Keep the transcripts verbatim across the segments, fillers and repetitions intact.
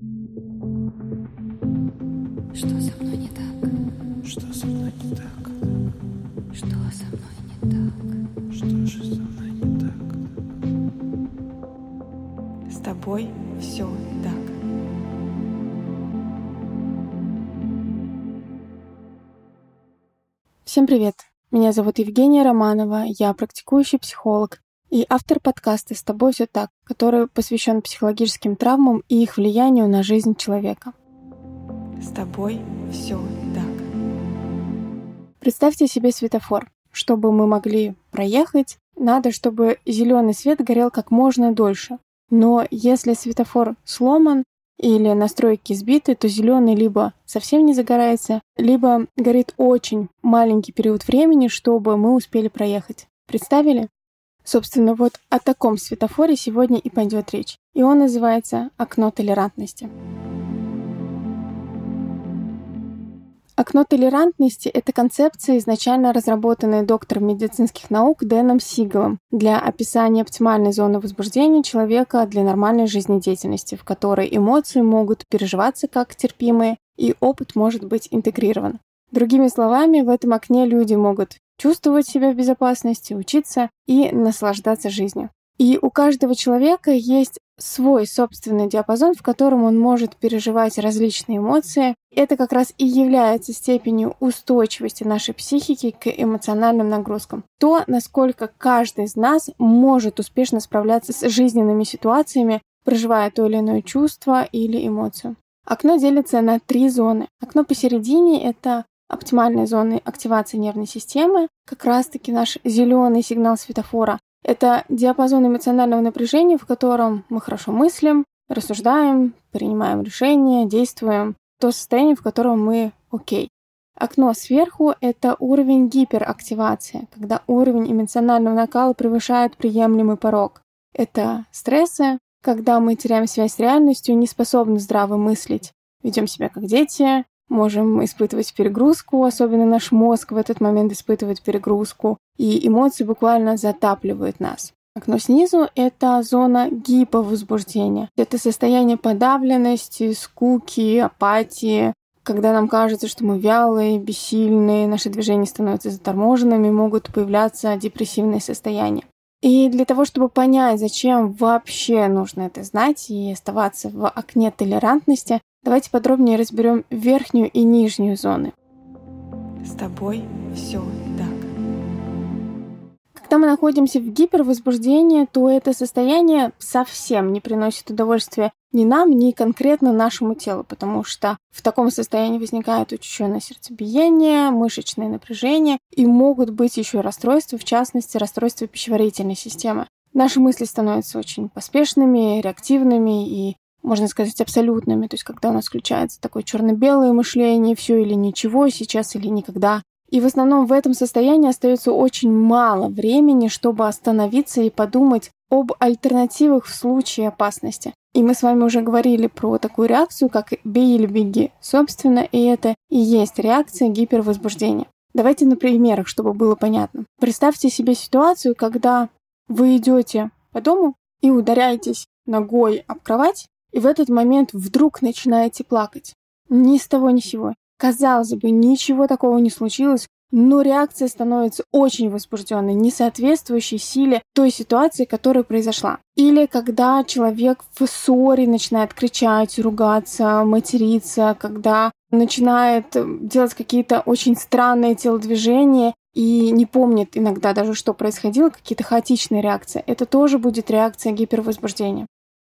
Что со мной не так? Что со мной не так? Что со мной не так? Что же со мной не так? С тобой все так. Всем привет! Меня зовут Евгения Романова, я практикующий психолог и автор подкаста «С тобой все так», который посвящен психологическим травмам и их влиянию на жизнь человека. С тобой все так. Представьте себе светофор. Чтобы мы могли проехать, надо, чтобы зеленый свет горел как можно дольше. Но если светофор сломан или настройки сбиты, то зеленый либо совсем не загорается, либо горит очень маленький период времени, чтобы мы успели проехать. Представили? Собственно, вот о таком светофоре сегодня и пойдет речь. И он называется «Окно толерантности». Окно толерантности — это концепция, изначально разработанная доктором медицинских наук Дэном Сигалом для описания оптимальной зоны возбуждения человека для нормальной жизнедеятельности, в которой эмоции могут переживаться как терпимые и опыт может быть интегрирован. Другими словами, в этом окне люди могут чувствовать себя в безопасности, учиться и наслаждаться жизнью. И у каждого человека есть свой собственный диапазон, в котором он может переживать различные эмоции. Это как раз и является степенью устойчивости нашей психики к эмоциональным нагрузкам. То, насколько каждый из нас может успешно справляться с жизненными ситуациями, проживая то или иное чувство или эмоцию. Окно делится на три зоны. Окно посередине — это оптимальные зоны активации нервной системы, как раз-таки наш зеленый сигнал светофора. Это диапазон эмоционального напряжения, в котором мы хорошо мыслим, рассуждаем, принимаем решения, действуем. То состояние, в котором мы окей. Окно сверху — это уровень гиперактивации, когда уровень эмоционального накала превышает приемлемый порог. Это стрессы, когда мы теряем связь с реальностью, не способны здраво мыслить, ведем себя как дети, можем испытывать перегрузку, особенно наш мозг в этот момент испытывает перегрузку, и эмоции буквально затапливают нас. Окно снизу — это зона гиповозбуждения. Это состояние подавленности, скуки, апатии, когда нам кажется, что мы вялые, бессильные, наши движения становятся заторможенными, могут появляться депрессивные состояния. И для того, чтобы понять, зачем вообще нужно это знать и оставаться в окне толерантности, давайте подробнее разберем верхнюю и нижнюю зоны. С тобой все так. Когда мы находимся в гипервозбуждении, то это состояние совсем не приносит удовольствия ни нам, ни конкретно нашему телу, потому что в таком состоянии возникает учащенное сердцебиение, мышечное напряжение и могут быть еще расстройства, в частности, расстройства пищеварительной системы. Наши мысли становятся очень поспешными, реактивными и, можно сказать, абсолютными. То есть, когда у нас включается такое черно-белое мышление, все или ничего, сейчас или никогда. И в основном в этом состоянии остается очень мало времени, чтобы остановиться и подумать об альтернативах в случае опасности. И мы с вами уже говорили про такую реакцию, как «бей или беги». Собственно, и это и есть реакция гипервозбуждения. Давайте на примерах, чтобы было понятно. Представьте себе ситуацию, когда вы идете по дому и ударяетесь ногой об кровать, и в этот момент вдруг начинаете плакать. Ни с того ни с сего. Казалось бы, ничего такого не случилось, но реакция становится очень возбужденной, не соответствующей силе той ситуации, которая произошла. Или когда человек в ссоре начинает кричать, ругаться, материться, когда начинает делать какие-то очень странные телодвижения и не помнит иногда даже, что происходило, какие-то хаотичные реакции. Это тоже будет реакция гипервозбуждения.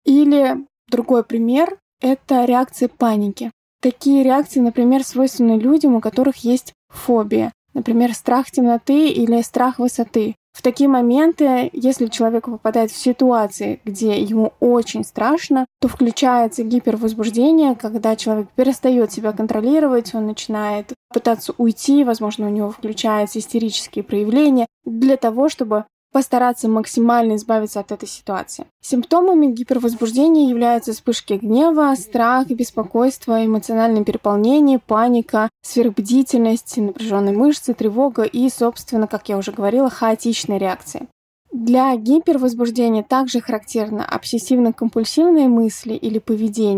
Или другой пример — это реакция паники. Такие реакции, например, свойственны людям, у которых есть фобия. Например, страх темноты или страх высоты. В такие моменты, если человек попадает в ситуации, где ему очень страшно, то включается гипервозбуждение, когда человек перестает себя контролировать, он начинает пытаться уйти, возможно, у него включаются истерические проявления для того, чтобы постараться максимально избавиться от этой ситуации. Симптомами гипервозбуждения являются вспышки гнева, страх, беспокойство, эмоциональное переполнение, паника, сверхбдительность, напряженные мышцы, тревога и, собственно, как я уже говорила, хаотичные реакции. Для гипервозбуждения также характерно обсессивно-компульсивные мысли или поведение,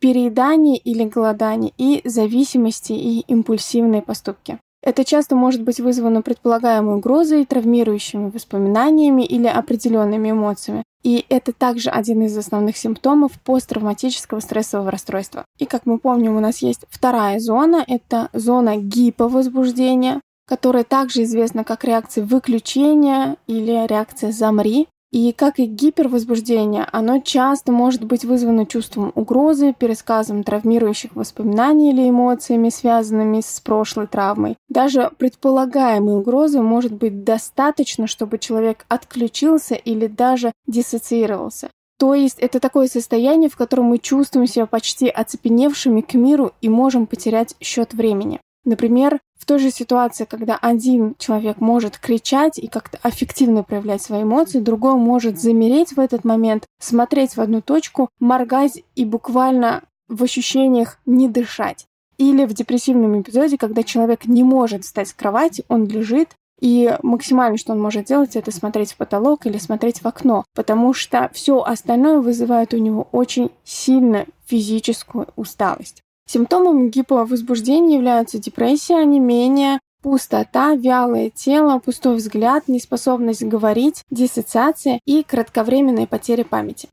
переедание или голодание и зависимости и импульсивные поступки. Это часто может быть вызвано предполагаемой угрозой, травмирующими воспоминаниями или определенными эмоциями. И это также один из основных симптомов посттравматического стрессового расстройства. И как мы помним, у нас есть вторая зона, это зона гиповозбуждения, которая также известна как реакция выключения или реакция «замри». И как и гипервозбуждение, оно часто может быть вызвано чувством угрозы, пересказом травмирующих воспоминаний или эмоциями, связанными с прошлой травмой. Даже предполагаемой угрозы может быть достаточно, чтобы человек отключился или даже диссоциировался. То есть это такое состояние, в котором мы чувствуем себя почти оцепеневшими к миру и можем потерять счет времени. Например, в той же ситуации, когда один человек может кричать и как-то аффективно проявлять свои эмоции, другой может замереть в этот момент, смотреть в одну точку, моргать и буквально в ощущениях не дышать. Или в депрессивном эпизоде, когда человек не может встать с кровати, он лежит, и максимально, что он может делать, это смотреть в потолок или смотреть в окно, потому что все остальное вызывает у него очень сильную физическую усталость. Симптомами гиповозбуждения являются депрессия, онемение, пустота, вялое тело, пустой взгляд, неспособность говорить, диссоциация и кратковременная потеря памяти.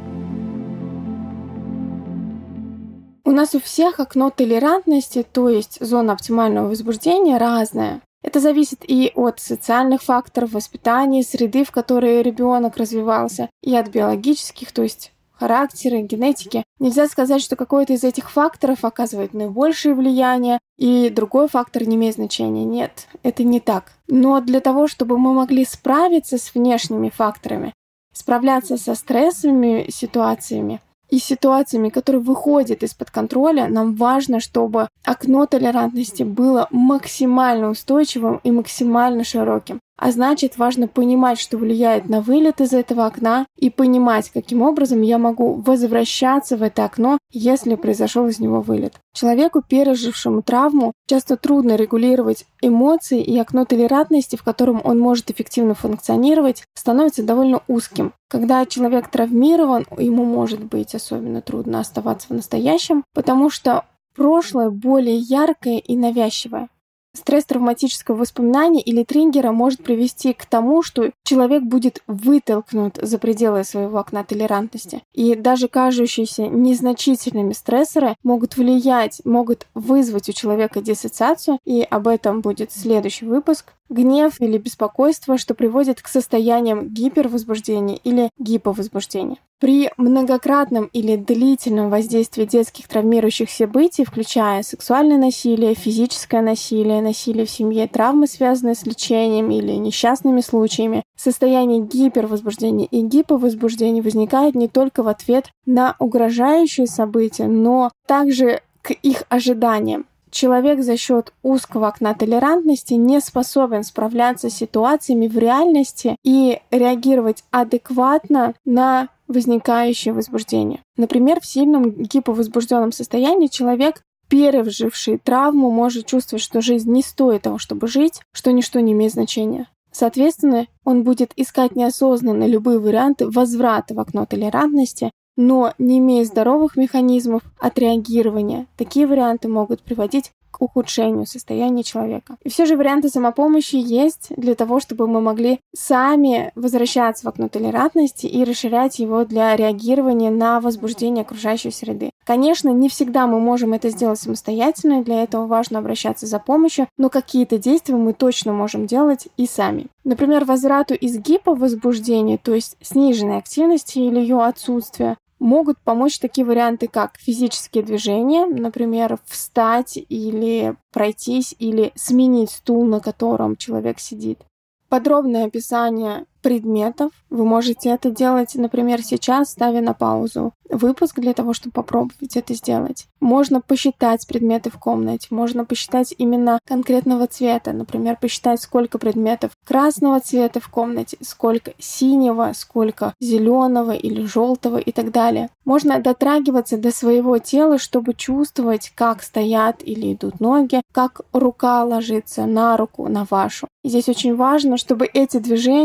У нас у всех окно толерантности, то есть зона оптимального возбуждения, разное. Это зависит и от социальных факторов, воспитания, среды, в которой ребенок развивался, и от биологических, то есть характера, генетики. Нельзя сказать, что какой-то из этих факторов оказывает наибольшее влияние, и другой фактор не имеет значения. Нет, это не так. Но для того, чтобы мы могли справиться с внешними факторами, справляться со стрессовыми ситуациями и ситуациями, которые выходят из-под контроля, нам важно, чтобы окно толерантности было максимально устойчивым и максимально широким. А значит, важно понимать, что влияет на вылет из этого окна, и понимать, каким образом я могу возвращаться в это окно, если произошел из него вылет. Человеку, пережившему травму, часто трудно регулировать эмоции, и окно толерантности, в котором он может эффективно функционировать, становится довольно узким. Когда человек травмирован, ему может быть особенно трудно оставаться в настоящем, потому что прошлое более яркое и навязчивое. Стресс травматического воспоминания или триггера может привести к тому, что человек будет вытолкнут за пределы своего окна толерантности. И даже кажущиеся незначительными стрессоры могут влиять, могут вызвать у человека диссоциацию, и об этом будет следующий выпуск. Гнев или беспокойство, что приводит к состояниям гипервозбуждения или гиповозбуждения. При многократном или длительном воздействии детских травмирующих событий, включая сексуальное насилие, физическое насилие, насилие в семье, травмы, связанные с лечением или несчастными случаями, состояние гипервозбуждения и гиповозбуждения возникает не только в ответ на угрожающие события, но также к их ожиданиям. Человек за счет узкого окна толерантности не способен справляться с ситуациями в реальности и реагировать адекватно на возникающее возбуждение. Например, в сильном гиповозбужденном состоянии человек, переживший травму, может чувствовать, что жизнь не стоит того, чтобы жить, что ничто не имеет значения. Соответственно, он будет искать неосознанно любые варианты возврата в окно толерантности, но не имея здоровых механизмов отреагирования, такие варианты могут приводить к ухудшению состояния человека. И все же варианты самопомощи есть для того, чтобы мы могли сами возвращаться в окно толерантности и расширять его для реагирования на возбуждение окружающей среды. Конечно, не всегда мы можем это сделать самостоятельно, для этого важно обращаться за помощью, но какие-то действия мы точно можем делать и сами. Например, возврату из гиповозбуждения, то есть сниженной активности или ее отсутствия, могут помочь такие варианты, как физические движения, например, встать или пройтись, или сменить стул, на котором человек сидит. Подробное описание предметов. Вы можете это делать, например, сейчас, ставя на паузу выпуск для того, чтобы попробовать это сделать. Можно посчитать предметы в комнате, можно посчитать именно конкретного цвета, например, посчитать, сколько предметов красного цвета в комнате, сколько синего, сколько зеленого или желтого и так далее. Можно дотрагиваться до своего тела, чтобы чувствовать, как стоят или идут ноги, как рука ложится на руку, на вашу. И здесь очень важно, чтобы эти движения были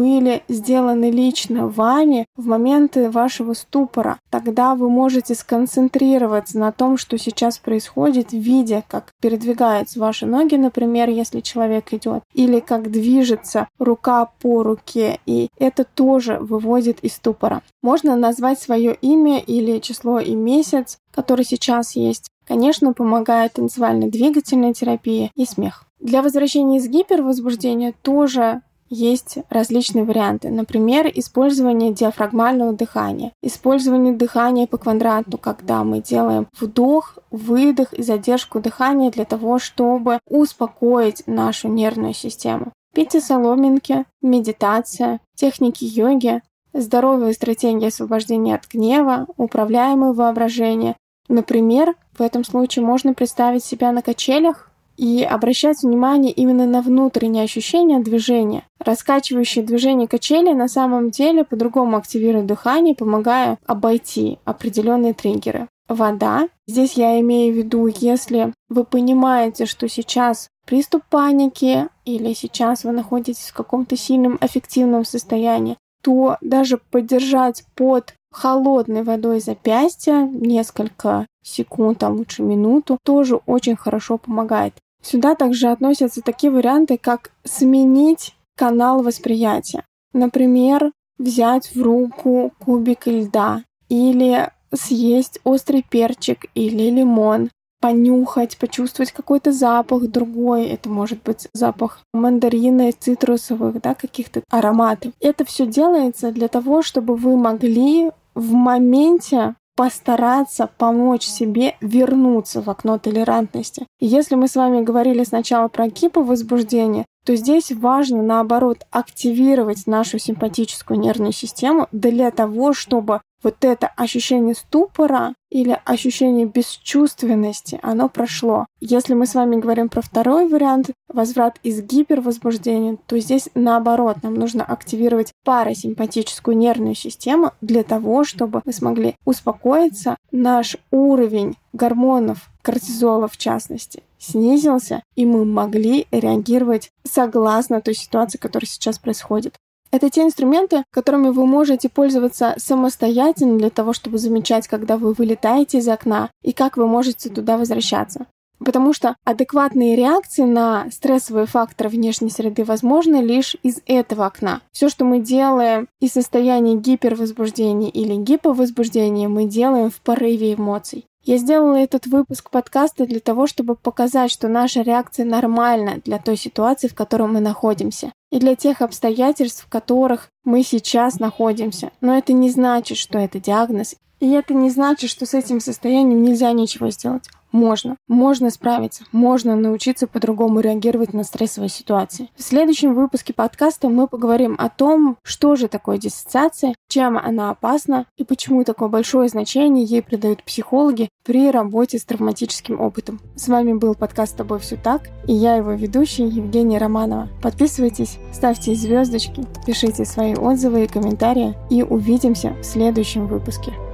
были сделаны лично вами в моменты вашего ступора. Тогда вы можете сконцентрироваться на том, что сейчас происходит, видя, как передвигаются ваши ноги, например, если человек идет, или как движется рука по руке, и это тоже выводит из ступора. Можно назвать свое имя или число и месяц, который сейчас есть. Конечно, помогает танцевально-двигательная терапия и смех. Для возвращения из гипервозбуждения тоже есть различные варианты. Например, использование диафрагмального дыхания. Использование дыхания по квадрату, когда мы делаем вдох, выдох и задержку дыхания для того, чтобы успокоить нашу нервную систему. Пейте соломинки, медитация, техники йоги, здоровые стратегии освобождения от гнева, управляемое воображение. Например, в этом случае можно представить себя на качелях и обращать внимание именно на внутренние ощущения движения. Раскачивающие движение качели на самом деле по-другому активируют дыхание, помогая обойти определенные триггеры. Вода. Здесь я имею в виду, если вы понимаете, что сейчас приступ паники или сейчас вы находитесь в каком-то сильном аффективном состоянии, то даже подержать под холодной водой запястье несколько секунд, а лучше минуту, тоже очень хорошо помогает. Сюда также относятся такие варианты, как сменить канал восприятия. Например, взять в руку кубик льда или съесть острый перчик или лимон, понюхать, почувствовать какой-то запах другой. Это может быть запах мандарина, цитрусовых, да, каких-то ароматов. Это все делается для того, чтобы вы могли в моменте постараться помочь себе вернуться в окно толерантности. И если мы с вами говорили сначала про гиповозбуждение, то здесь важно, наоборот, активировать нашу симпатическую нервную систему для того, чтобы вот это ощущение ступора или ощущение бесчувственности, оно прошло. Если мы с вами говорим про второй вариант, возврат из гипервозбуждения, то здесь наоборот, нам нужно активировать парасимпатическую нервную систему для того, чтобы мы смогли успокоиться, наш уровень гормонов, кортизола в частности, снизился, и мы могли реагировать согласно той ситуации, которая сейчас происходит. Это те инструменты, которыми вы можете пользоваться самостоятельно для того, чтобы замечать, когда вы вылетаете из окна, и как вы можете туда возвращаться. Потому что адекватные реакции на стрессовые факторы внешней среды возможны лишь из этого окна. Все, что мы делаем из состояния гипервозбуждения или гиповозбуждения, мы делаем в порыве эмоций. Я сделала этот выпуск подкаста для того, чтобы показать, что наша реакция нормальна для той ситуации, в которой мы находимся, и для тех обстоятельств, в которых мы сейчас находимся. Но это не значит, что это диагноз, и это не значит, что с этим состоянием нельзя ничего сделать. Можно. Можно справиться. Можно научиться по-другому реагировать на стрессовые ситуации. В следующем выпуске подкаста мы поговорим о том, что же такое диссоциация, чем она опасна и почему такое большое значение ей придают психологи при работе с травматическим опытом. С вами был подкаст «С тобой все так» и я его ведущая Евгения Романова. Подписывайтесь, ставьте звездочки, пишите свои отзывы и комментарии и увидимся в следующем выпуске.